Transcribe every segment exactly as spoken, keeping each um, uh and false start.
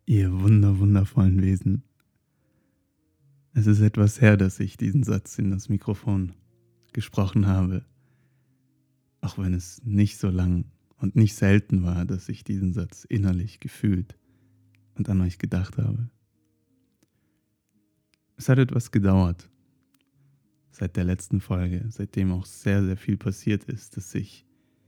Ihr wunder wundervollen Wesen. Es ist etwas her, dass ich diesen Satz in das Mikrofon gesprochen habe, auch wenn es nicht so lang und nicht selten war, dass ich diesen Satz innerlich gefühlt und an euch gedacht habe. Es hat etwas gedauert, seit der letzten Folge, seitdem auch sehr, sehr viel passiert ist, dass ich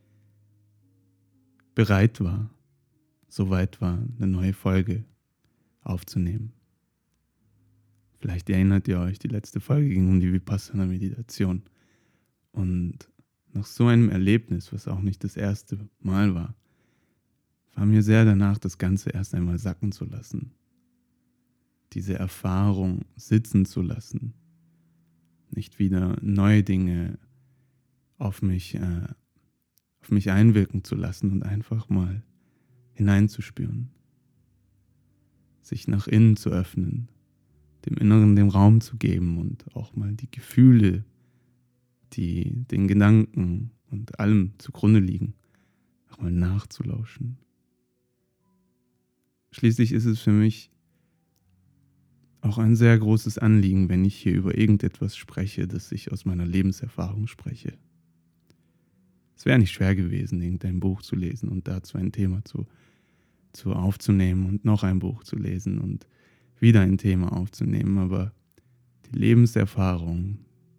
bereit war, soweit war, eine neue Folge aufzunehmen. Vielleicht erinnert ihr euch, die letzte Folge ging um die Vipassana-Meditation. Und nach so einem Erlebnis, was auch nicht das erste Mal war, war mir sehr danach, das Ganze erst einmal sacken zu lassen. Diese Erfahrung sitzen zu lassen. Nicht wieder neue Dinge auf mich, äh, auf mich einwirken zu lassen und einfach mal hineinzuspüren. Sich nach innen zu öffnen, dem Inneren den Raum zu geben und auch mal die Gefühle, die den Gedanken und allem zugrunde liegen, auch mal nachzulauschen. Schließlich ist es für mich auch ein sehr großes Anliegen, wenn ich hier über irgendetwas spreche, dass ich aus meiner Lebenserfahrung spreche. Es wäre nicht schwer gewesen, irgendein Buch zu lesen und dazu ein Thema zu, zu aufzunehmen und noch ein Buch zu lesen und wieder ein Thema aufzunehmen, aber die Lebenserfahrung,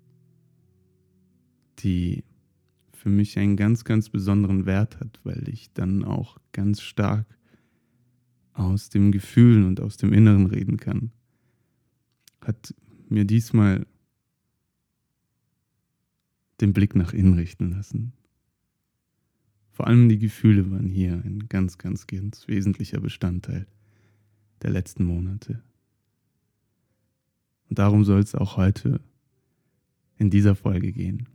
die für mich einen ganz, ganz besonderen Wert hat, weil ich dann auch ganz stark aus dem Gefühl und aus dem Inneren reden kann, hat mir diesmal den Blick nach innen richten lassen. Vor allem die Gefühle waren hier ein ganz, ganz, ganz wesentlicher Bestandteil der letzten Monate. Und darum soll es auch heute in dieser Folge gehen.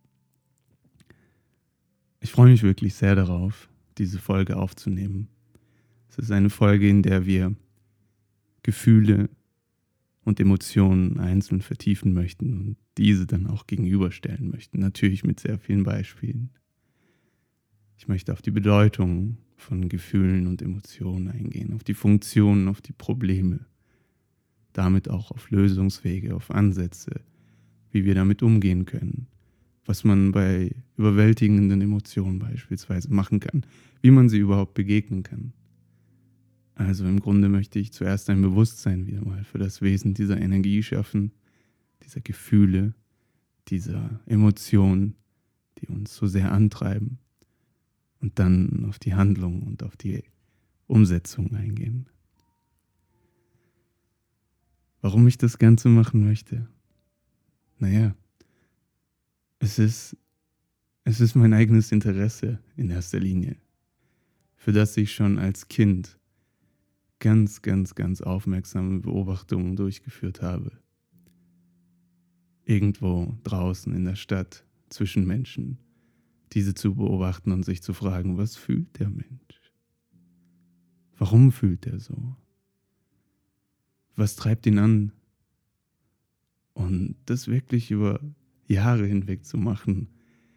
Ich freue mich wirklich sehr darauf, diese Folge aufzunehmen. Es ist eine Folge, in der wir Gefühle und Emotionen einzeln vertiefen möchten und diese dann auch gegenüberstellen möchten. Natürlich mit sehr vielen Beispielen. Ich möchte auf die Bedeutung von Gefühlen und Emotionen eingehen, auf die Funktionen, auf die Probleme, damit auch auf Lösungswege, auf Ansätze, wie wir damit umgehen können, was man bei überwältigenden Emotionen beispielsweise machen kann, wie man sie überhaupt begegnen kann. Also im Grunde möchte ich zuerst ein Bewusstsein wieder mal für das Wesen dieser Energie schaffen, dieser Gefühle, dieser Emotionen, die uns so sehr antreiben, und dann auf die Handlung und auf die Umsetzung eingehen. Warum ich das Ganze machen möchte? Naja, es ist, es ist mein eigenes Interesse in erster Linie, für das ich schon als Kind ganz, ganz, ganz aufmerksame Beobachtungen durchgeführt habe. Irgendwo draußen in der Stadt, zwischen Menschen, diese zu beobachten und sich zu fragen, was fühlt der Mensch? Warum fühlt er so? Was treibt ihn an? Und das wirklich über Jahre hinweg zu machen,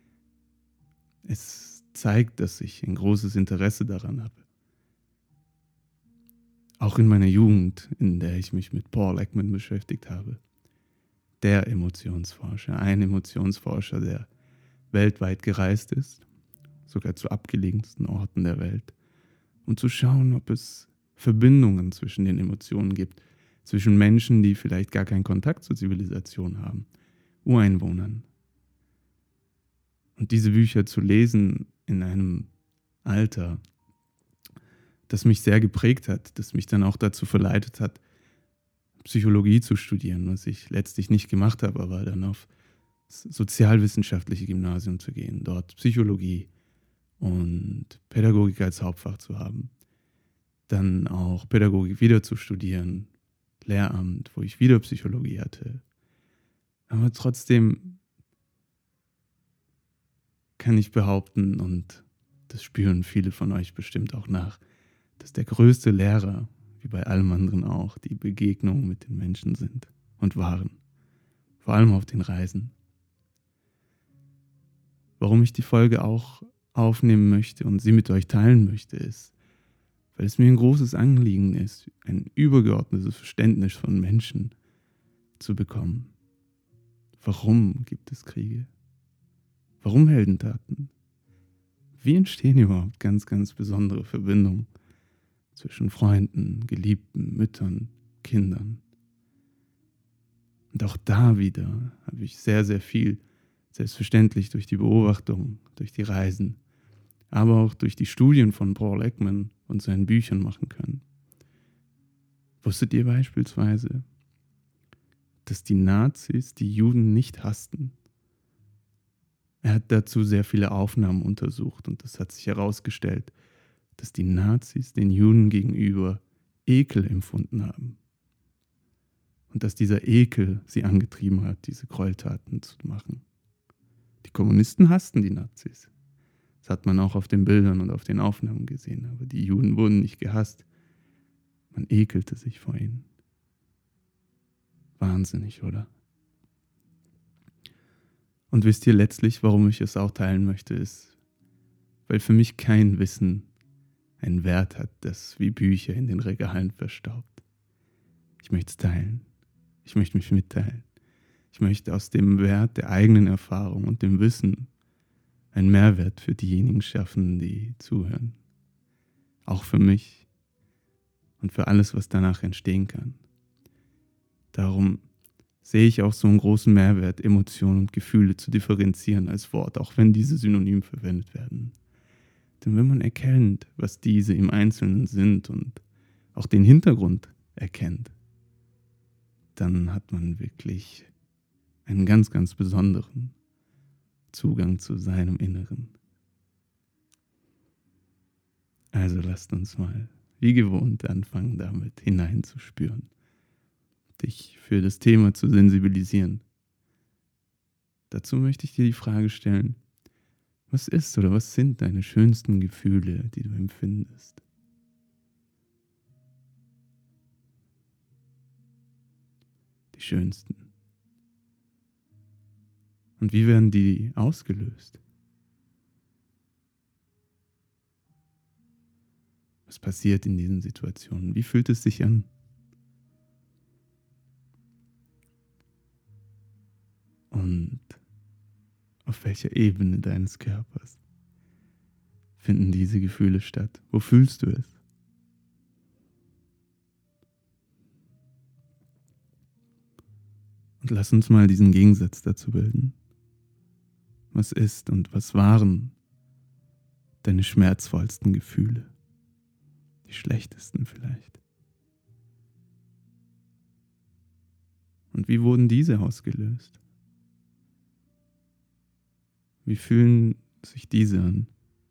es zeigt, dass ich ein großes Interesse daran habe. Auch in meiner Jugend, in der ich mich mit Paul Ekman beschäftigt habe. Der Emotionsforscher, ein Emotionsforscher, der weltweit gereist ist, sogar zu abgelegensten Orten der Welt, um zu schauen, ob es Verbindungen zwischen den Emotionen gibt, zwischen Menschen, die vielleicht gar keinen Kontakt zur Zivilisation haben, Ureinwohnern. Und diese Bücher zu lesen in einem Alter, das mich sehr geprägt hat, das mich dann auch dazu verleitet hat, Psychologie zu studieren, was ich letztlich nicht gemacht habe, aber dann auf sozialwissenschaftliche Gymnasium zu gehen, dort Psychologie und Pädagogik als Hauptfach zu haben. Dann auch Pädagogik wieder zu studieren, Lehramt, wo ich wieder Psychologie hatte. Aber trotzdem kann ich behaupten, und das spüren viele von euch bestimmt auch nach, dass der größte Lehrer, wie bei allem anderen auch, die Begegnungen mit den Menschen sind und waren. Vor allem auf den Reisen. Warum ich die Folge auch aufnehmen möchte und sie mit euch teilen möchte, ist, weil es mir ein großes Anliegen ist, ein übergeordnetes Verständnis von Menschen zu bekommen. Warum gibt es Kriege? Warum Heldentaten? Wie entstehen überhaupt ganz, ganz besondere Verbindungen zwischen Freunden, Geliebten, Müttern, Kindern? Und auch da wieder habe ich sehr, sehr viel, selbstverständlich durch die Beobachtung, durch die Reisen, aber auch durch die Studien von Paul Ekman und seinen Büchern machen können. Wusstet ihr beispielsweise, dass die Nazis die Juden nicht hassten? Er hat dazu sehr viele Aufnahmen untersucht und es hat sich herausgestellt, dass die Nazis den Juden gegenüber Ekel empfunden haben. Und dass dieser Ekel sie angetrieben hat, diese Gräueltaten zu machen. Die Kommunisten hassten die Nazis. Das hat man auch auf den Bildern und auf den Aufnahmen gesehen. Aber die Juden wurden nicht gehasst. Man ekelte sich vor ihnen. Wahnsinnig, oder? Und wisst ihr letztlich, warum ich es auch teilen möchte, ist, weil für mich kein Wissen einen Wert hat, das wie Bücher in den Regalen verstaubt. Ich möchte es teilen. Ich möchte mich mitteilen. Ich möchte aus dem Wert der eigenen Erfahrung und dem Wissen einen Mehrwert für diejenigen schaffen, die zuhören. Auch für mich und für alles, was danach entstehen kann. Darum sehe ich auch so einen großen Mehrwert, Emotionen und Gefühle zu differenzieren als Wort, auch wenn diese synonym verwendet werden. Denn wenn man erkennt, was diese im Einzelnen sind und auch den Hintergrund erkennt, dann hat man wirklich einen ganz, ganz besonderen Zugang zu seinem Inneren. Also lasst uns mal, wie gewohnt, anfangen, damit hineinzuspüren, dich für das Thema zu sensibilisieren. Dazu möchte ich dir die Frage stellen, was ist oder was sind deine schönsten Gefühle, die du empfindest? Die schönsten. Und wie werden die ausgelöst? Was passiert in diesen Situationen? Wie fühlt es sich an? Und auf welcher Ebene deines Körpers finden diese Gefühle statt? Wo fühlst du es? Und lass uns mal diesen Gegensatz dazu bilden. Was ist und was waren deine schmerzvollsten Gefühle? Die schlechtesten vielleicht. Und wie wurden diese ausgelöst? Wie fühlen sich diese an?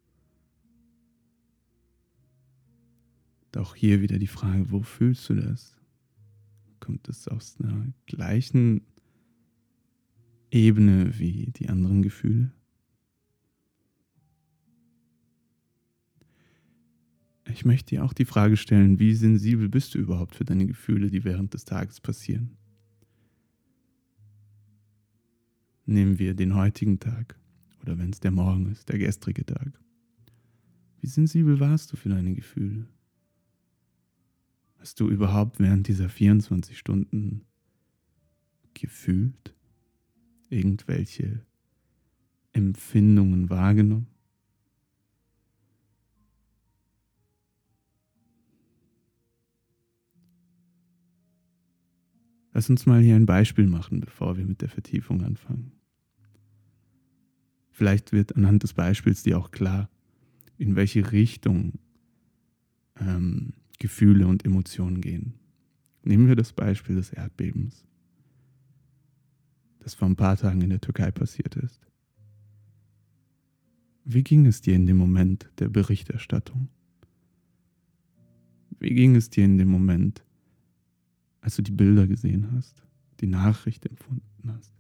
Und auch hier wieder die Frage, wo fühlst du das? Kommt es aus einer gleichen Ebene wie die anderen Gefühle? Ich möchte dir auch die Frage stellen, wie sensibel bist du überhaupt für deine Gefühle, die während des Tages passieren? Nehmen wir den heutigen Tag oder wenn es der Morgen ist, der gestrige Tag. Wie sensibel warst du für deine Gefühle? Hast du überhaupt während dieser vierundzwanzig Stunden gefühlt irgendwelche Empfindungen wahrgenommen? Lass uns mal hier ein Beispiel machen, bevor wir mit der Vertiefung anfangen. Vielleicht wird anhand des Beispiels dir auch klar, in welche Richtung ähm, Gefühle und Emotionen gehen. Nehmen wir das Beispiel des Erdbebens, das vor ein paar Tagen in der Türkei passiert ist. Wie ging es dir in dem Moment der Berichterstattung? Wie ging es dir in dem Moment, als du die Bilder gesehen hast, die Nachricht empfunden hast?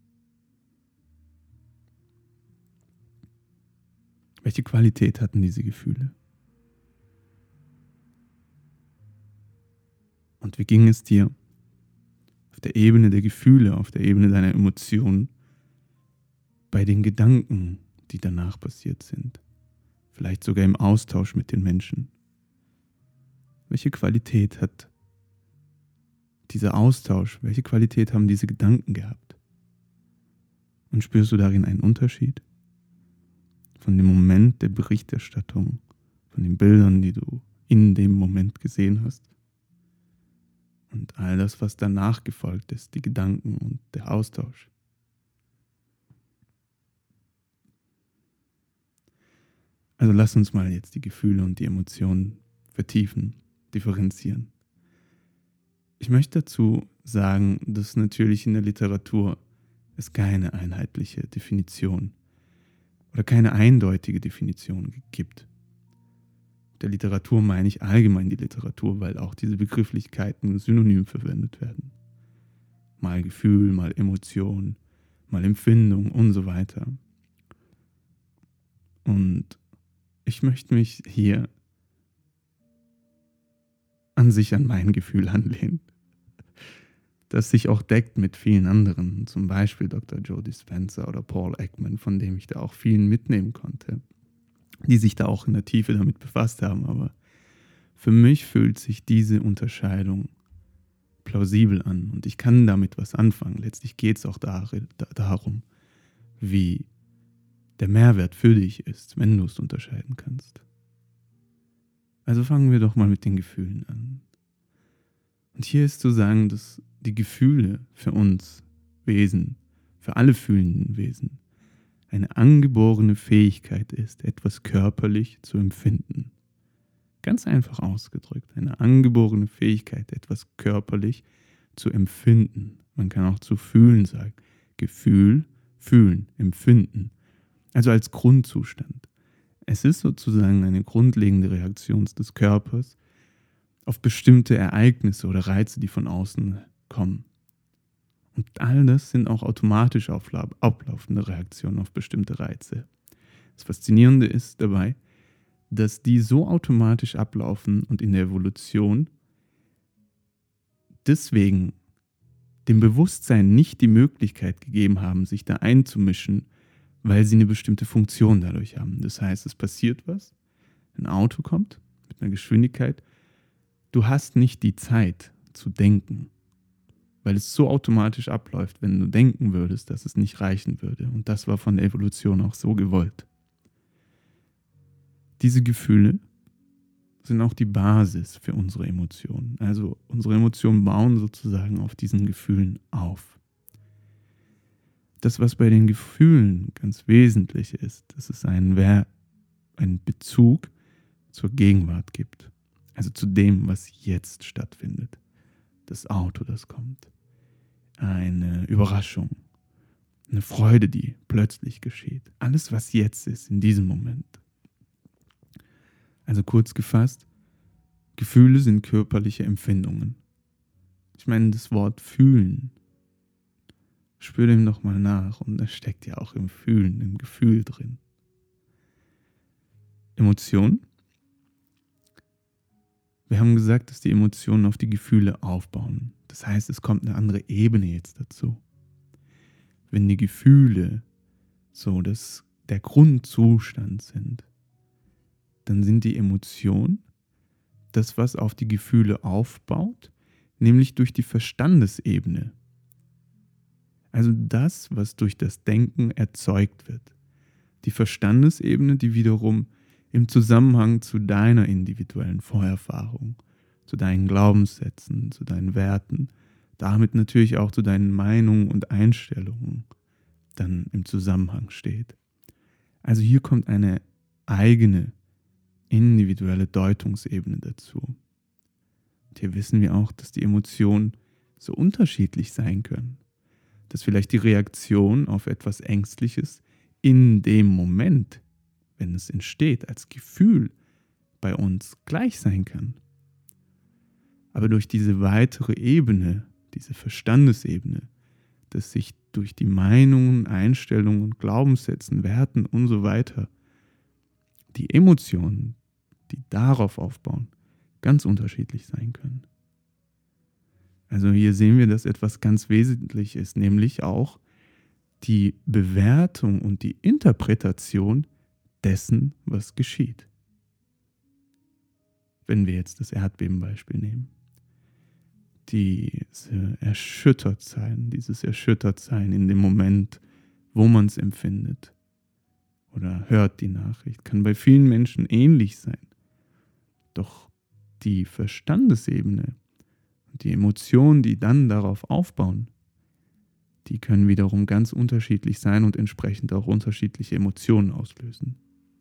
Welche Qualität hatten diese Gefühle? Und wie ging es dir auf der Ebene der Gefühle, auf der Ebene deiner Emotionen, bei den Gedanken, die danach passiert sind? Vielleicht sogar im Austausch mit den Menschen. Welche Qualität hat dieser Austausch, welche Qualität haben diese Gedanken gehabt? Und spürst du darin einen Unterschied? Von dem Moment der Berichterstattung, von den Bildern, die du in dem Moment gesehen hast? Und all das, was danach gefolgt ist, die Gedanken und der Austausch. Also lass uns mal jetzt die Gefühle und die Emotionen vertiefen, differenzieren. Ich möchte dazu sagen, dass natürlich in der Literatur es keine einheitliche Definition oder keine eindeutige Definition gibt. Mit der Literatur meine ich allgemein die Literatur, weil auch diese Begrifflichkeiten synonym verwendet werden. Mal Gefühl, mal Emotion, mal Empfindung und so weiter. Und ich möchte mich hier an sich an mein Gefühl anlehnen, das sich auch deckt mit vielen anderen, zum Beispiel Doktor Joe Dispenza oder Paul Ekman, von dem ich da auch vielen mitnehmen konnte, die sich da auch in der Tiefe damit befasst haben. Aber für mich fühlt sich diese Unterscheidung plausibel an und ich kann damit was anfangen. Letztlich geht es auch dar- da- darum, wie der Mehrwert für dich ist, wenn du es unterscheiden kannst. Also fangen wir doch mal mit den Gefühlen an. Und hier ist zu sagen, dass die Gefühle für uns Wesen, für alle fühlenden Wesen, eine angeborene Fähigkeit ist, etwas körperlich zu empfinden. Ganz einfach ausgedrückt, eine angeborene Fähigkeit, etwas körperlich zu empfinden. Man kann auch zu fühlen sagen. Gefühl, fühlen, empfinden. Also als Grundzustand. Es ist sozusagen eine grundlegende Reaktion des Körpers auf bestimmte Ereignisse oder Reize, die von außen kommen. Und all das sind auch automatisch ablaufende Reaktionen auf bestimmte Reize. Das Faszinierende ist dabei, dass die so automatisch ablaufen und in der Evolution deswegen dem Bewusstsein nicht die Möglichkeit gegeben haben, sich da einzumischen, weil sie eine bestimmte Funktion dadurch haben. Das heißt, es passiert was, ein Auto kommt mit einer Geschwindigkeit, du hast nicht die Zeit zu denken, weil es so automatisch abläuft, wenn du denken würdest, dass es nicht reichen würde. Und das war von der Evolution auch so gewollt. Diese Gefühle sind auch die Basis für unsere Emotionen. Also unsere Emotionen bauen sozusagen auf diesen Gefühlen auf. Das, was bei den Gefühlen ganz wesentlich ist, dass es einen, einen Bezug zur Gegenwart gibt. Also zu dem, was jetzt stattfindet. Das Auto, das kommt. Eine Überraschung. Eine Freude, die plötzlich geschieht. Alles, was jetzt ist, in diesem Moment. Also kurz gefasst, Gefühle sind körperliche Empfindungen. Ich meine, das Wort fühlen, spür dem doch mal nach und das steckt ja auch im Fühlen, im Gefühl drin. Emotion. Wir haben gesagt, dass die Emotionen auf die Gefühle aufbauen. Das heißt, es kommt eine andere Ebene jetzt dazu. Wenn die Gefühle so das, der Grundzustand sind, dann sind die Emotionen das, was auf die Gefühle aufbaut, nämlich durch die Verstandesebene. Also das, was durch das Denken erzeugt wird. Die Verstandesebene, die wiederum im Zusammenhang zu deiner individuellen Vorerfahrung, zu deinen Glaubenssätzen, zu deinen Werten, damit natürlich auch zu deinen Meinungen und Einstellungen dann im Zusammenhang steht. Also hier kommt eine eigene, individuelle Deutungsebene dazu. Und hier wissen wir auch, dass die Emotionen so unterschiedlich sein können. Dass vielleicht die Reaktion auf etwas Ängstliches in dem Moment, wenn es entsteht, als Gefühl bei uns gleich sein kann. Aber durch diese weitere Ebene, diese Verstandesebene, dass sich durch die Meinungen, Einstellungen, Glaubenssätzen, Werten und so weiter die Emotionen, die darauf aufbauen, ganz unterschiedlich sein können. Also hier sehen wir, dass etwas ganz wesentlich ist, nämlich auch die Bewertung und die Interpretation dessen, was geschieht. wenn wir jetzt das Erdbebenbeispiel nehmen. Diese Erschüttertsein, dieses Erschüttertsein in dem Moment, wo man es empfindet oder hört die Nachricht, kann bei vielen Menschen ähnlich sein. Doch die Verstandesebene und die Emotionen, die dann darauf aufbauen, die können wiederum ganz unterschiedlich sein und entsprechend auch unterschiedliche Emotionen auslösen.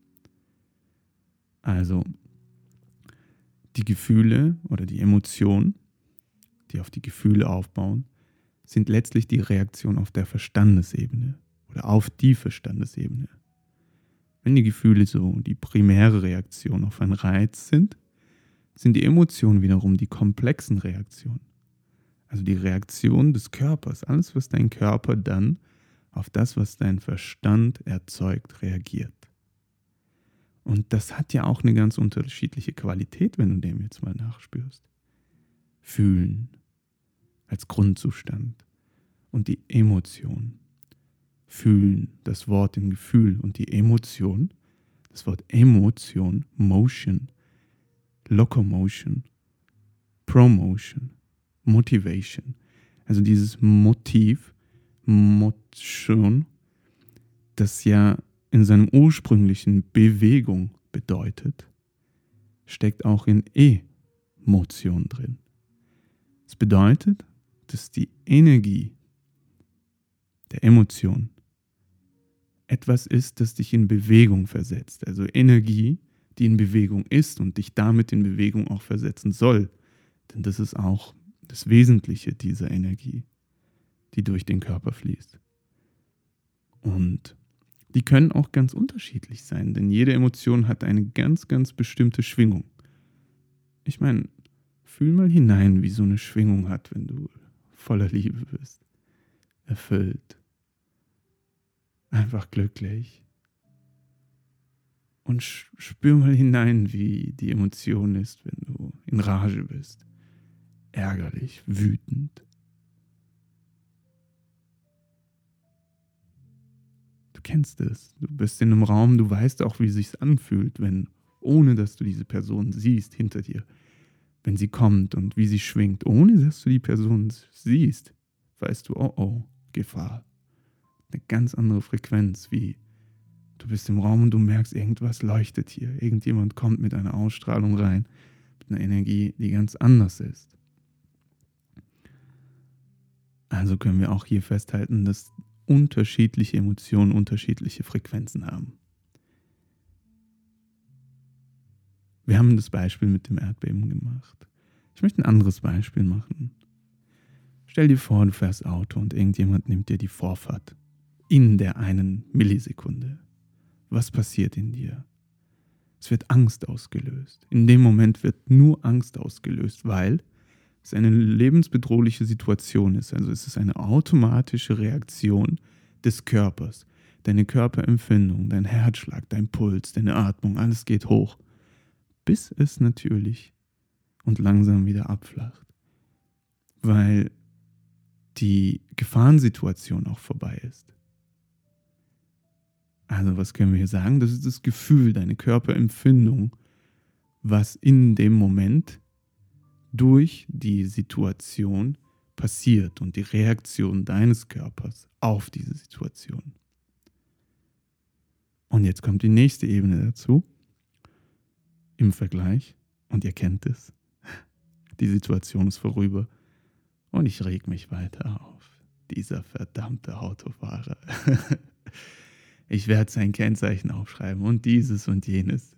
Also die Gefühle oder die Emotionen, die auf die Gefühle aufbauen, sind letztlich die Reaktion auf der Verstandesebene oder auf die Verstandesebene. Wenn die Gefühle so die primäre Reaktion auf einen Reiz sind, sind die Emotionen wiederum die komplexen Reaktionen. Also die Reaktion des Körpers, alles, was dein Körper dann auf das, was dein Verstand erzeugt, reagiert. Und das hat ja auch eine ganz unterschiedliche Qualität, wenn du dem jetzt mal nachspürst. Fühlen als Grundzustand und die Emotion. Fühlen, das Wort im Gefühl und die Emotion, das Wort Emotion, Motion, Locomotion, Promotion, Motivation. Also dieses Motiv, Motion, das ja in seinem ursprünglichen Bewegung bedeutet, steckt auch in Emotion drin. Das bedeutet, dass die Energie der Emotion etwas ist, das dich in Bewegung versetzt. Also Energie, die in Bewegung ist und dich damit in Bewegung auch versetzen soll. Denn das ist auch das Wesentliche dieser Energie, die durch den Körper fließt. Und die können auch ganz unterschiedlich sein, denn jede Emotion hat eine ganz, ganz bestimmte Schwingung. Ich meine, fühl mal hinein, wie so eine Schwingung hat, wenn du voller Liebe bist, erfüllt, einfach glücklich. Und spür mal hinein, wie die Emotion ist, wenn du in Rage bist, ärgerlich, wütend. Du kennst es. Du bist in einem Raum, du weißt auch, wie es sich anfühlt, wenn, ohne dass du diese Person siehst hinter dir, wenn sie kommt und wie sie schwingt, ohne dass du die Person siehst, weißt du, oh oh, Gefahr. Eine ganz andere Frequenz, wie du bist im Raum und du merkst, irgendwas leuchtet hier. Irgendjemand kommt mit einer Ausstrahlung rein, mit einer Energie, die ganz anders ist. Also können wir auch hier festhalten, dass unterschiedliche Emotionen unterschiedliche Frequenzen haben. Wir haben das Beispiel mit dem Erdbeben gemacht. Ich möchte ein anderes Beispiel machen. Stell dir vor, du fährst Auto und irgendjemand nimmt dir die Vorfahrt in der einen Millisekunde. Was passiert in dir? Es wird Angst ausgelöst. In dem Moment wird nur Angst ausgelöst, weil es eine lebensbedrohliche Situation ist. Also es ist eine automatische Reaktion des Körpers. Deine Körperempfindung, dein Herzschlag, dein Puls, deine Atmung, alles geht hoch. Bis es natürlich und langsam wieder abflacht. Weil die Gefahrensituation auch vorbei ist. Also was können wir hier sagen? Das ist das Gefühl, deine Körperempfindung, was in dem Moment durch die Situation passiert und die Reaktion deines Körpers auf diese Situation. Und jetzt kommt die nächste Ebene dazu, im Vergleich, und ihr kennt es, die Situation ist vorüber und ich reg mich weiter auf. Dieser verdammte Autofahrer. Ich werde sein Kennzeichen aufschreiben und dieses und jenes.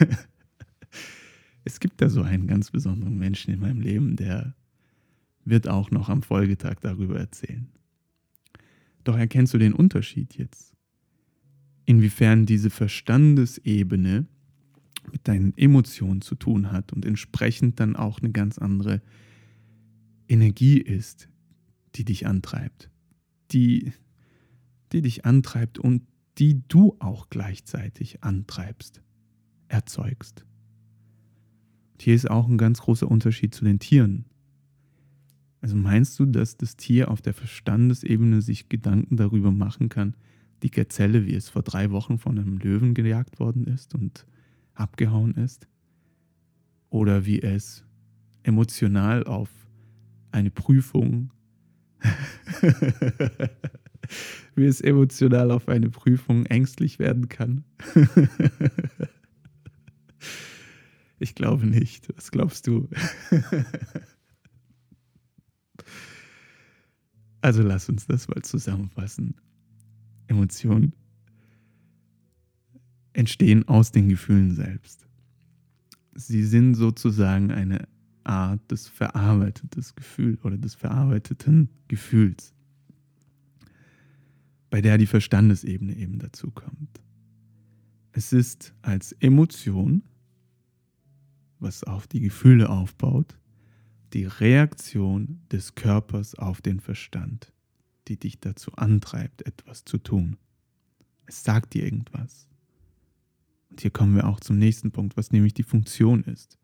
Es gibt da so einen ganz besonderen Menschen in meinem Leben, der wird auch noch am Folgetag darüber erzählen. Doch erkennst du den Unterschied jetzt? Inwiefern diese Verstandesebene mit deinen Emotionen zu tun hat und entsprechend dann auch eine ganz andere Energie ist, die dich antreibt. Die, die dich antreibt und die du auch gleichzeitig antreibst, erzeugst. Und hier ist auch ein ganz großer Unterschied zu den Tieren. Also meinst du, dass das Tier auf der Verstandesebene sich Gedanken darüber machen kann, die Gazelle, wie es vor drei Wochen von einem Löwen gejagt worden ist und abgehauen ist? oder wie es emotional auf eine Prüfung, wie es emotional auf eine Prüfung ängstlich werden kann. Ich glaube nicht. Was glaubst du? Also lass uns das mal zusammenfassen. Emotionen entstehen aus den Gefühlen selbst. Sie sind sozusagen eine Art des verarbeiteten Gefühls oder des verarbeiteten Gefühls, bei der die Verstandesebene eben dazu kommt. Es ist als Emotion, was auf die Gefühle aufbaut, die Reaktion des Körpers auf den Verstand, die dich dazu antreibt, etwas zu tun. Es sagt dir irgendwas. Und hier kommen wir auch zum nächsten Punkt, was nämlich die Funktion ist.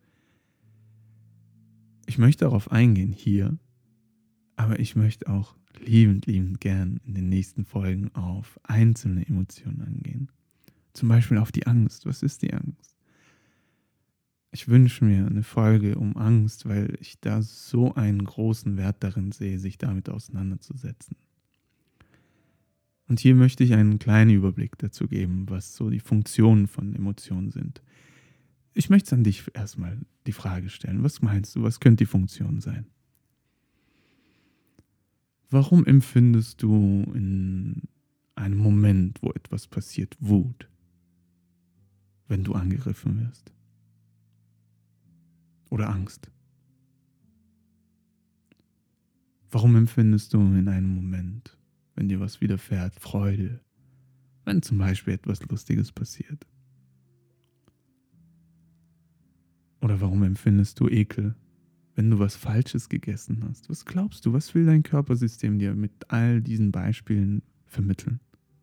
Ich möchte darauf eingehen hier, aber ich möchte auch liebend, liebend gern in den nächsten Folgen auf einzelne Emotionen angehen. Zum Beispiel auf die Angst. Was ist die Angst? Ich wünsche mir eine Folge um Angst, weil ich da so einen großen Wert darin sehe, sich damit auseinanderzusetzen. Und hier möchte ich einen kleinen Überblick dazu geben, was so die Funktionen von Emotionen sind. Ich möchte an dich erstmal die Frage stellen, was meinst du, was könnte die Funktion sein? Warum empfindest du in einem Moment, wo etwas passiert, Wut, wenn du angegriffen wirst? Oder Angst? Warum empfindest du in einem Moment, wenn dir was widerfährt, Freude, wenn zum Beispiel etwas Lustiges passiert? Oder warum empfindest du Ekel, wenn du was Falsches gegessen hast? Was glaubst du, was will dein Körpersystem dir mit all diesen Beispielen vermitteln?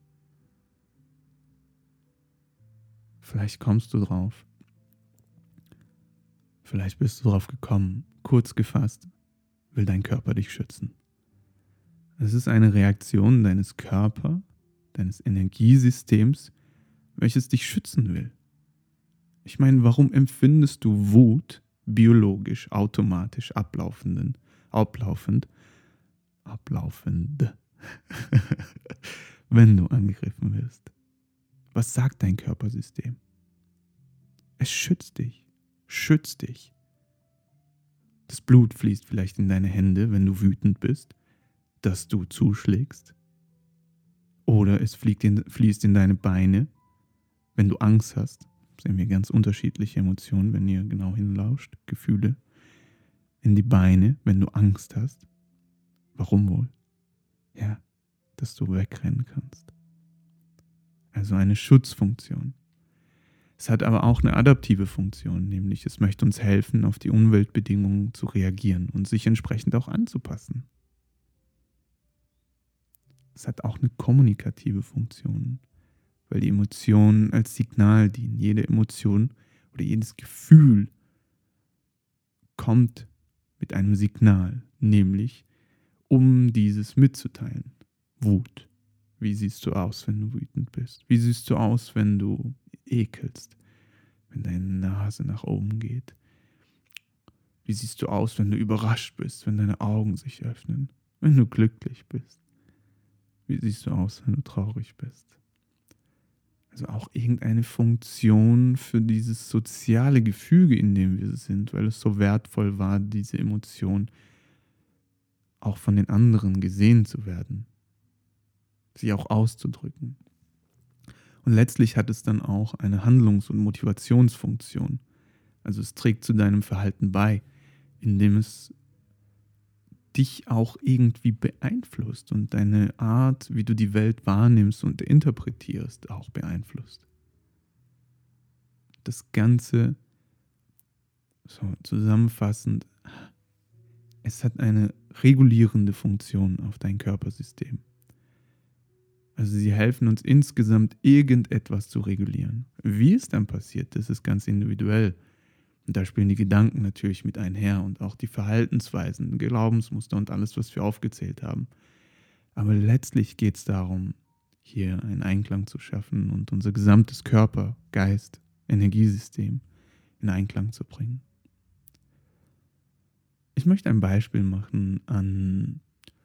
Vielleicht kommst du drauf. Vielleicht bist du drauf gekommen. Kurz gefasst, will dein Körper dich schützen. Es ist eine Reaktion deines Körpers, deines Energiesystems, welches dich schützen will. Ich meine, warum empfindest du Wut biologisch, automatisch ablaufenden, ablaufend, ablaufend, wenn du angegriffen wirst? Was sagt dein Körpersystem? Es schützt dich, schützt dich. Das Blut fließt vielleicht in deine Hände, wenn du wütend bist, dass du zuschlägst. Oder es in, fließt in deine Beine, wenn du Angst hast. Sehen wir ganz unterschiedliche Emotionen, wenn ihr genau hinlauscht, Gefühle. In die Beine, wenn du Angst hast. Warum wohl? Ja, dass du wegrennen kannst. Also eine Schutzfunktion. Es hat aber auch eine adaptive Funktion, nämlich es möchte uns helfen, auf die Umweltbedingungen zu reagieren und sich entsprechend auch anzupassen. Es hat auch eine kommunikative Funktion, weil die Emotionen als Signal dienen. Jede Emotion oder jedes Gefühl kommt mit einem Signal, nämlich um dieses mitzuteilen. Wut. Wie siehst du aus, wenn du wütend bist? Wie siehst du aus, wenn du ekelst, wenn deine Nase nach oben geht? Wie siehst du aus, wenn du überrascht bist, wenn deine Augen sich öffnen, wenn du glücklich bist? Wie siehst du aus, wenn du traurig bist? Also auch irgendeine Funktion für dieses soziale Gefüge, in dem wir sind, weil es so wertvoll war, diese Emotion auch von den anderen gesehen zu werden, sie auch auszudrücken. Und letztlich hat es dann auch eine Handlungs- und Motivationsfunktion. Also es trägt zu deinem Verhalten bei, indem es dich auch irgendwie beeinflusst und deine Art, wie du die Welt wahrnimmst und interpretierst, auch beeinflusst. Das Ganze, so zusammenfassend, es hat eine regulierende Funktion auf dein Körpersystem. Also sie helfen uns insgesamt irgendetwas zu regulieren. Wie es dann passiert, das ist ganz individuell. Und da spielen die Gedanken natürlich mit einher und auch die Verhaltensweisen, Glaubensmuster und alles, was wir aufgezählt haben. Aber letztlich geht es darum, hier einen Einklang zu schaffen und unser gesamtes Körper, Geist, Energiesystem in Einklang zu bringen. Ich möchte ein Beispiel machen an,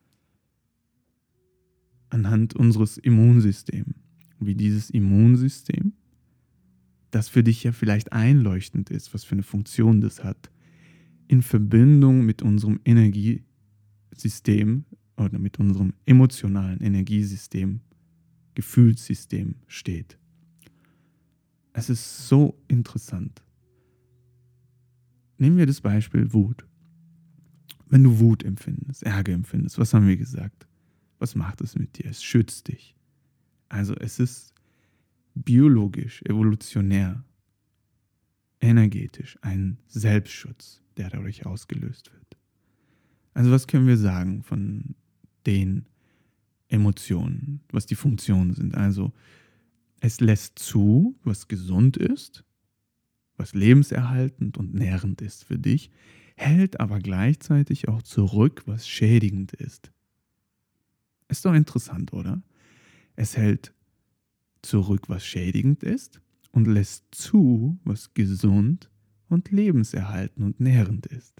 anhand unseres Immunsystems. Wie dieses Immunsystem, das für dich ja vielleicht einleuchtend ist, was für eine Funktion das hat, in Verbindung mit unserem Energiesystem oder mit unserem emotionalen Energiesystem, Gefühlssystem steht. Es ist so interessant. Nehmen wir das Beispiel Wut. Wenn du Wut empfindest, Ärger empfindest, was haben wir gesagt? Was macht es mit dir? Es schützt dich. Also es ist biologisch, evolutionär, energetisch ein Selbstschutz, der dadurch ausgelöst wird. Also was können wir sagen von den Emotionen, was die Funktionen sind? Also es lässt zu, was gesund ist, was lebenserhaltend und nährend ist für dich, hält aber gleichzeitig auch zurück, was schädigend ist. Ist doch interessant, oder? Es hält zurück, was schädigend ist und lässt zu, was gesund und lebenserhaltend und nährend ist.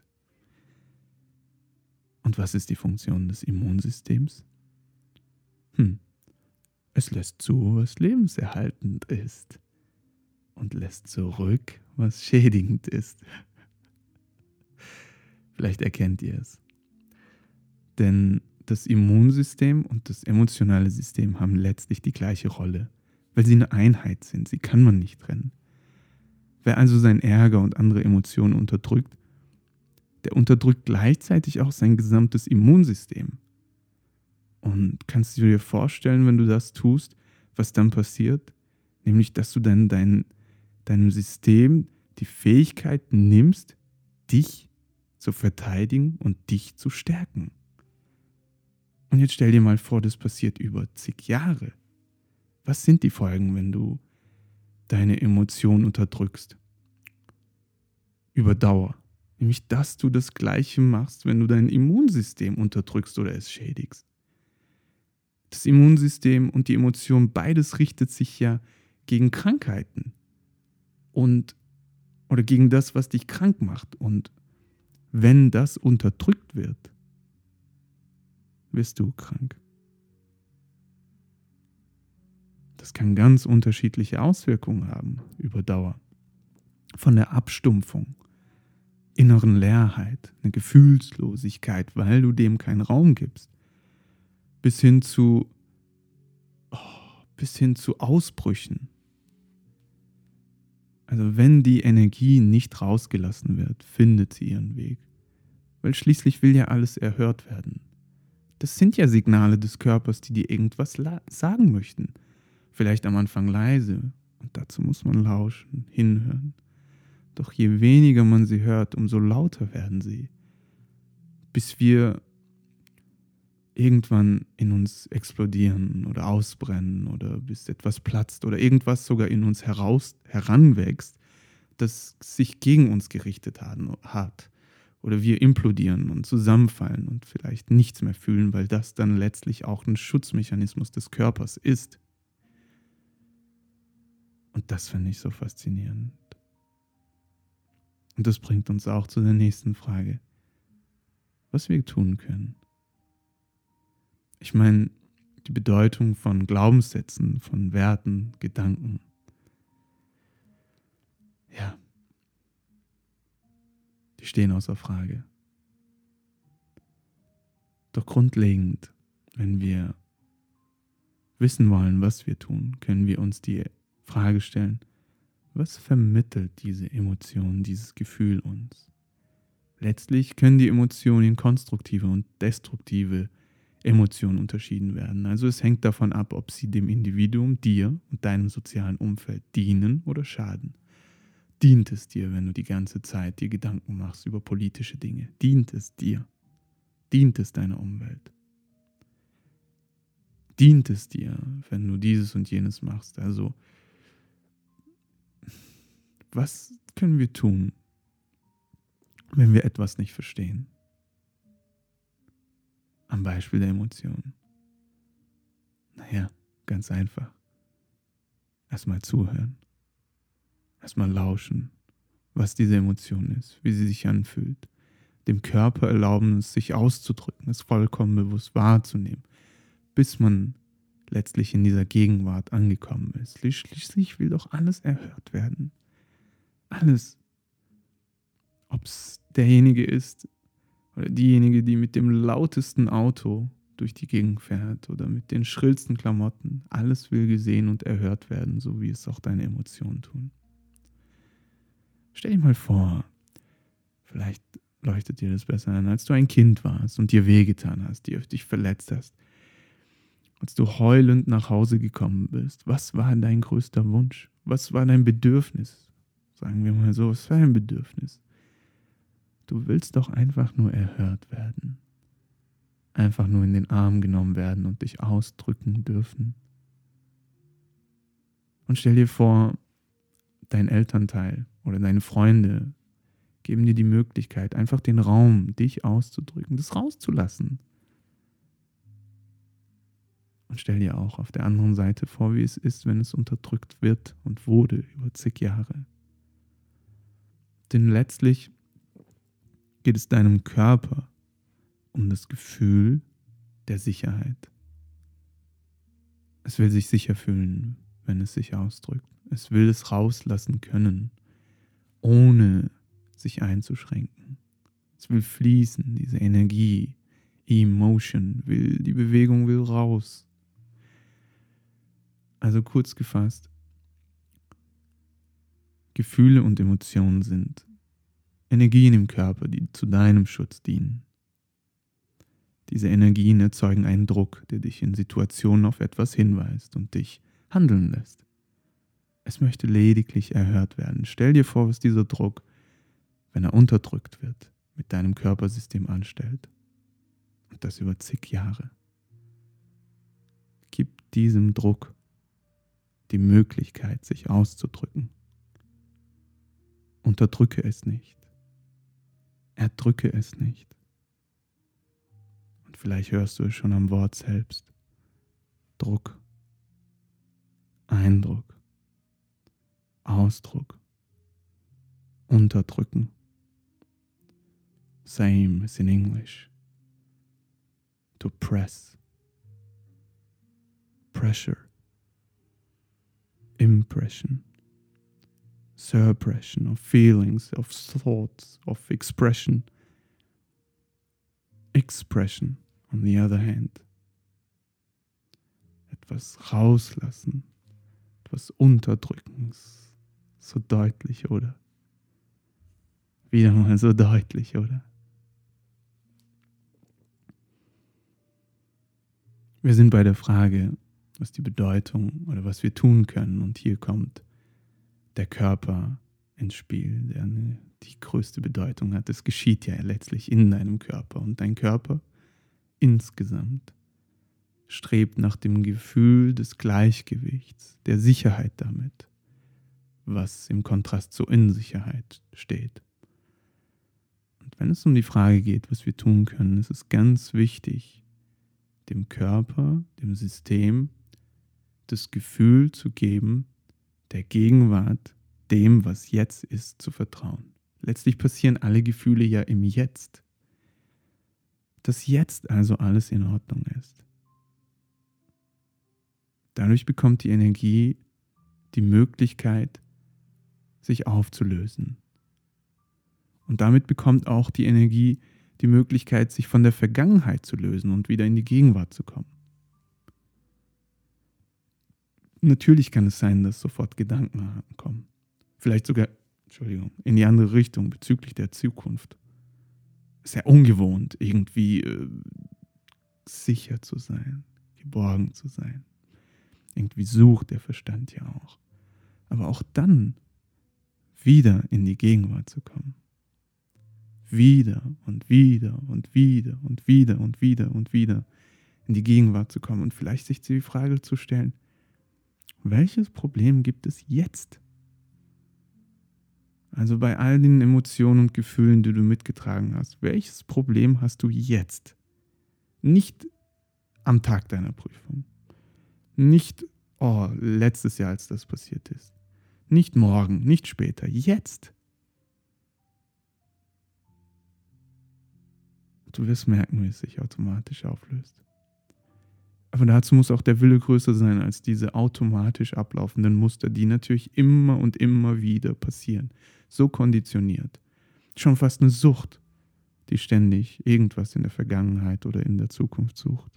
Und was ist die Funktion des Immunsystems? Hm. Es lässt zu, was lebenserhaltend ist und lässt zurück, was schädigend ist. Vielleicht erkennt ihr es. Denn das Immunsystem und das emotionale System haben letztlich die gleiche Rolle, weil sie eine Einheit sind. Sie kann man nicht trennen. Wer also seinen Ärger und andere Emotionen unterdrückt, der unterdrückt gleichzeitig auch sein gesamtes Immunsystem. Und kannst du dir vorstellen, wenn du das tust, was dann passiert? Nämlich, dass du dann dein, deinem System die Fähigkeit nimmst, dich zu verteidigen und dich zu stärken. Und jetzt stell dir mal vor, das passiert über zig Jahre. Was sind die Folgen, wenn du deine Emotionen unterdrückst? Über Dauer. Nämlich, dass du das Gleiche machst, wenn du dein Immunsystem unterdrückst oder es schädigst. Das Immunsystem und die Emotion, beides richtet sich ja gegen Krankheiten und oder gegen das, was dich krank macht. Und wenn das unterdrückt wird, wirst du krank. Das kann ganz unterschiedliche Auswirkungen haben über Dauer. Von der Abstumpfung, inneren Leerheit, eine Gefühlslosigkeit, weil du dem keinen Raum gibst, bis hin zu, oh, bis hin zu Ausbrüchen. Also wenn die Energie nicht rausgelassen wird, findet sie ihren Weg. Weil schließlich will ja alles erhört werden. Das sind ja Signale des Körpers, die dir irgendwas la- sagen möchten. Vielleicht am Anfang leise, und dazu muss man lauschen, hinhören. Doch je weniger man sie hört, umso lauter werden sie. Bis wir irgendwann in uns explodieren oder ausbrennen oder bis etwas platzt oder irgendwas sogar in uns heraus, heranwächst, das sich gegen uns gerichtet hat. Oder wir implodieren und zusammenfallen und vielleicht nichts mehr fühlen, weil das dann letztlich auch ein Schutzmechanismus des Körpers ist. Und das finde ich so faszinierend. Und das bringt uns auch zu der nächsten Frage, was wir tun können. Ich meine, die Bedeutung von Glaubenssätzen, von Werten, Gedanken. Ja, die stehen außer Frage. Doch grundlegend, wenn wir wissen wollen, was wir tun, können wir uns die Frage stellen, was vermittelt diese Emotion, dieses Gefühl uns? Letztlich können die Emotionen in konstruktive und destruktive Emotionen unterschieden werden. Also es hängt davon ab, ob sie dem Individuum, dir und deinem sozialen Umfeld dienen oder schaden. Dient es dir, wenn du die ganze Zeit dir Gedanken machst über politische Dinge? Dient es dir? Dient es deiner Umwelt? Dient es dir, wenn du dieses und jenes machst? Also, was können wir tun, wenn wir etwas nicht verstehen? Am Beispiel der Emotionen. Naja, ganz einfach. Erstmal zuhören. Erstmal lauschen, was diese Emotion ist, wie sie sich anfühlt. dem Körper erlauben, es sich auszudrücken, es vollkommen bewusst wahrzunehmen, bis man letztlich in dieser Gegenwart angekommen ist. Schließlich will doch alles erhört werden. Alles. Ob es derjenige ist oder diejenige, die mit dem lautesten Auto durch die Gegend fährt oder mit den schrillsten Klamotten. Alles will gesehen und erhört werden, so wie es auch deine Emotionen tun. Stell dir mal vor, vielleicht leuchtet dir das besser an, als du ein Kind warst und dir wehgetan hast, die dich verletzt hast. Als du heulend nach Hause gekommen bist, was war dein größter Wunsch? Was war dein Bedürfnis? Sagen wir mal so, was war dein Bedürfnis? Du willst doch einfach nur erhört werden. Einfach nur in den Arm genommen werden und dich ausdrücken dürfen. Und stell dir vor, dein Elternteil oder deine Freunde geben dir die Möglichkeit, einfach den Raum, dich auszudrücken, das rauszulassen. Und stell dir auch auf der anderen Seite vor, wie es ist, wenn es unterdrückt wird und wurde über zig Jahre. Denn letztlich geht es deinem Körper um das Gefühl der Sicherheit. Es will sich sicher fühlen, wenn es sich ausdrückt. Es will es rauslassen können, ohne sich einzuschränken. Es will fließen, diese Energie, Emotion, will, die Bewegung will raus. Also kurz gefasst, Gefühle und Emotionen sind Energien im Körper, die zu deinem Schutz dienen. Diese Energien erzeugen einen Druck, der dich in Situationen auf etwas hinweist und dich handeln lässt. Es möchte lediglich erhört werden. Stell dir vor, was dieser Druck, wenn er unterdrückt wird, mit deinem Körpersystem anstellt. Und das über zig Jahre. Gib diesem Druck die Möglichkeit, sich auszudrücken. Unterdrücke es nicht. Erdrücke es nicht. Und vielleicht hörst du es schon am Wort selbst. Druck, Eindruck, Ausdruck, Unterdrücken. Same as in English. To press. Pressure. Impression. Suppression of feelings, of thoughts, of expression. Expression, on the other hand. Etwas rauslassen, etwas unterdrücken. So deutlich, oder? Wieder mal so deutlich, oder? Wir sind bei der Frage, was die Bedeutung oder was wir tun können. Und hier kommt der Körper ins Spiel, der eine, die größte Bedeutung hat. Es geschieht ja letztlich in deinem Körper. Und dein Körper insgesamt strebt nach dem Gefühl des Gleichgewichts, der Sicherheit damit, was im Kontrast zur Unsicherheit steht. Und wenn es um die Frage geht, was wir tun können, ist es ganz wichtig, dem Körper, dem System, das Gefühl zu geben, der Gegenwart, dem, was jetzt ist, zu vertrauen. Letztlich passieren alle Gefühle ja im Jetzt. Dass jetzt also alles in Ordnung ist. Dadurch bekommt die Energie die Möglichkeit, sich aufzulösen. Und damit bekommt auch die Energie die Möglichkeit, sich von der Vergangenheit zu lösen und wieder in die Gegenwart zu kommen. Natürlich kann es sein, dass sofort Gedanken kommen. Vielleicht sogar, Entschuldigung, in die andere Richtung bezüglich der Zukunft. Sehr ungewohnt, irgendwie äh, sicher zu sein, geborgen zu sein. Irgendwie sucht der Verstand ja auch. Aber auch dann wieder in die Gegenwart zu kommen. Wieder und wieder und wieder und wieder und wieder und wieder in die Gegenwart zu kommen und vielleicht sich die Frage zu stellen, welches Problem gibt es jetzt? Also bei all den Emotionen und Gefühlen, die du mitgetragen hast, welches Problem hast du jetzt? Nicht am Tag deiner Prüfung. Nicht, oh, letztes Jahr, als das passiert ist. Nicht morgen, nicht später, jetzt. Du wirst merken, wie es sich automatisch auflöst. Aber dazu muss auch der Wille größer sein als diese automatisch ablaufenden Muster, die natürlich immer und immer wieder passieren. So konditioniert. Schon fast eine Sucht, die ständig irgendwas in der Vergangenheit oder in der Zukunft sucht.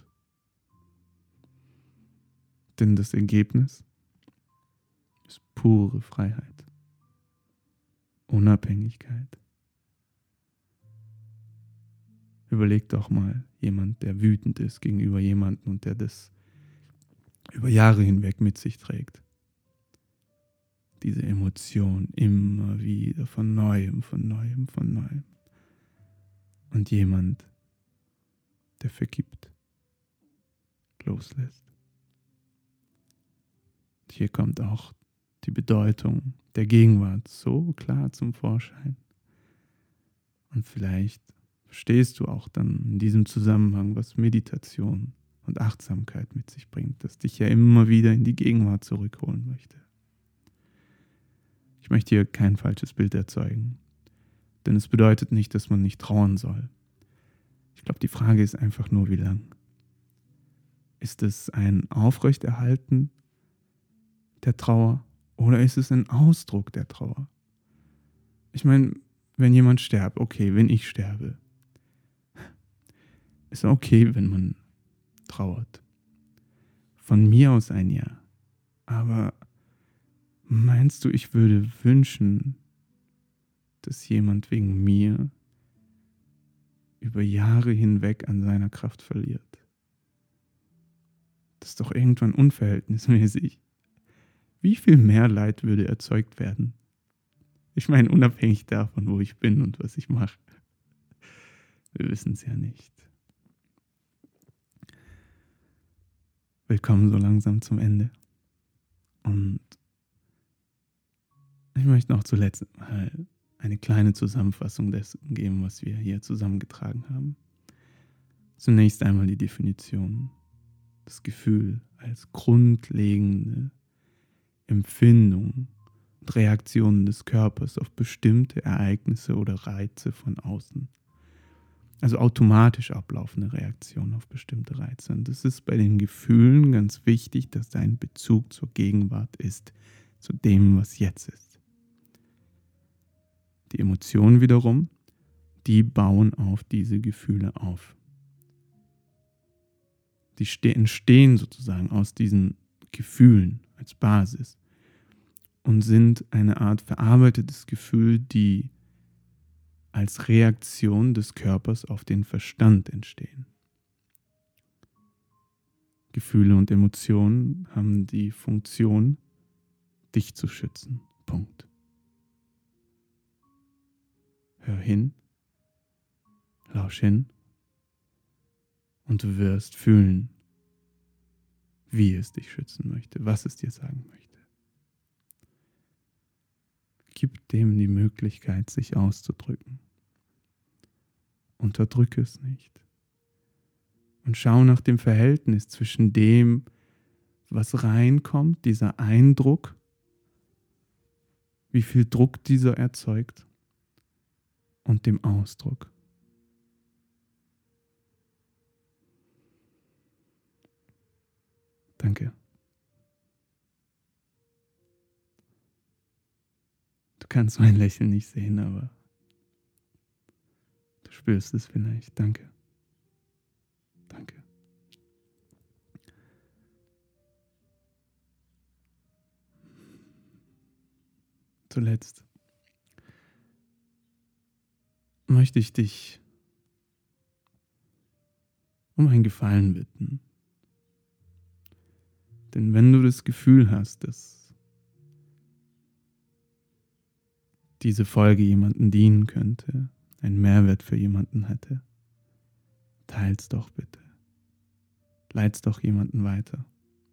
Denn das Ergebnis ist pure Freiheit, Unabhängigkeit. Überleg doch mal, jemand, der wütend ist gegenüber jemandem und der das über Jahre hinweg mit sich trägt. Diese Emotion immer wieder von Neuem, von Neuem, von Neuem. Und jemand, der vergibt, loslässt. Und hier kommt auch die Bedeutung der Gegenwart so klar zum Vorschein. Und vielleicht verstehst du auch dann in diesem Zusammenhang, was Meditation und Achtsamkeit mit sich bringt, das dich ja immer wieder in die Gegenwart zurückholen möchte. Ich möchte hier kein falsches Bild erzeugen, denn es bedeutet nicht, dass man nicht trauern soll. Ich glaube, die Frage ist einfach nur, wie lang. Ist es ein Aufrechterhalten der Trauer oder ist es ein Ausdruck der Trauer? Ich meine, wenn jemand stirbt, okay, wenn ich sterbe, ist okay, wenn man trauert. Von mir aus ein Jahr. Aber meinst du, ich würde wünschen, dass jemand wegen mir über Jahre hinweg an seiner Kraft verliert? Das ist doch irgendwann unverhältnismäßig. Wie viel mehr Leid würde erzeugt werden? Ich meine, unabhängig davon, wo ich bin und was ich mache. Wir wissen es ja nicht. Willkommen so langsam zum Ende. Und ich möchte noch zuletzt mal eine kleine Zusammenfassung dessen geben, was wir hier zusammengetragen haben. Zunächst einmal die Definition. Das Gefühl als grundlegende Empfindung und Reaktionen des Körpers auf bestimmte Ereignisse oder Reize von außen. Also automatisch ablaufende Reaktionen auf bestimmte Reize. Und es ist bei den Gefühlen ganz wichtig, dass da ein Bezug zur Gegenwart ist, zu dem, was jetzt ist. Die Emotionen wiederum, die bauen auf diese Gefühle auf. Die entstehen sozusagen aus diesen Gefühlen als Basis und sind eine Art verarbeitetes Gefühl, die als Reaktion des Körpers auf den Verstand entstehen. Gefühle und Emotionen haben die Funktion, dich zu schützen. Punkt. Hör hin, lausch hin und du wirst fühlen, wie es dich schützen möchte, was es dir sagen möchte. Gib dem die Möglichkeit, sich auszudrücken. Unterdrücke es nicht. Und schau nach dem Verhältnis zwischen dem, was reinkommt, dieser Eindruck, wie viel Druck dieser erzeugt, und dem Ausdruck. Danke. Du kannst mein Lächeln nicht sehen, aber du spürst es vielleicht. Danke. Danke. Zuletzt möchte ich dich um einen Gefallen bitten. Denn wenn du das Gefühl hast, dass diese Folge jemandem dienen könnte, einen Mehrwert für jemanden hätte, teil's doch bitte. Leit's doch jemanden weiter.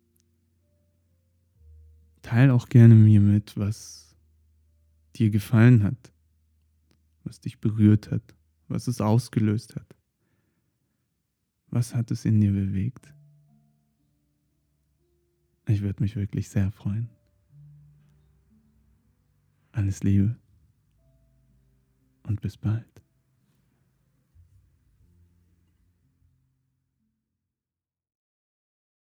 Teil auch gerne mir mit, was dir gefallen hat, was dich berührt hat, was es ausgelöst hat. Was hat es in dir bewegt? Ich würde mich wirklich sehr freuen. Alles Liebe und bis bald.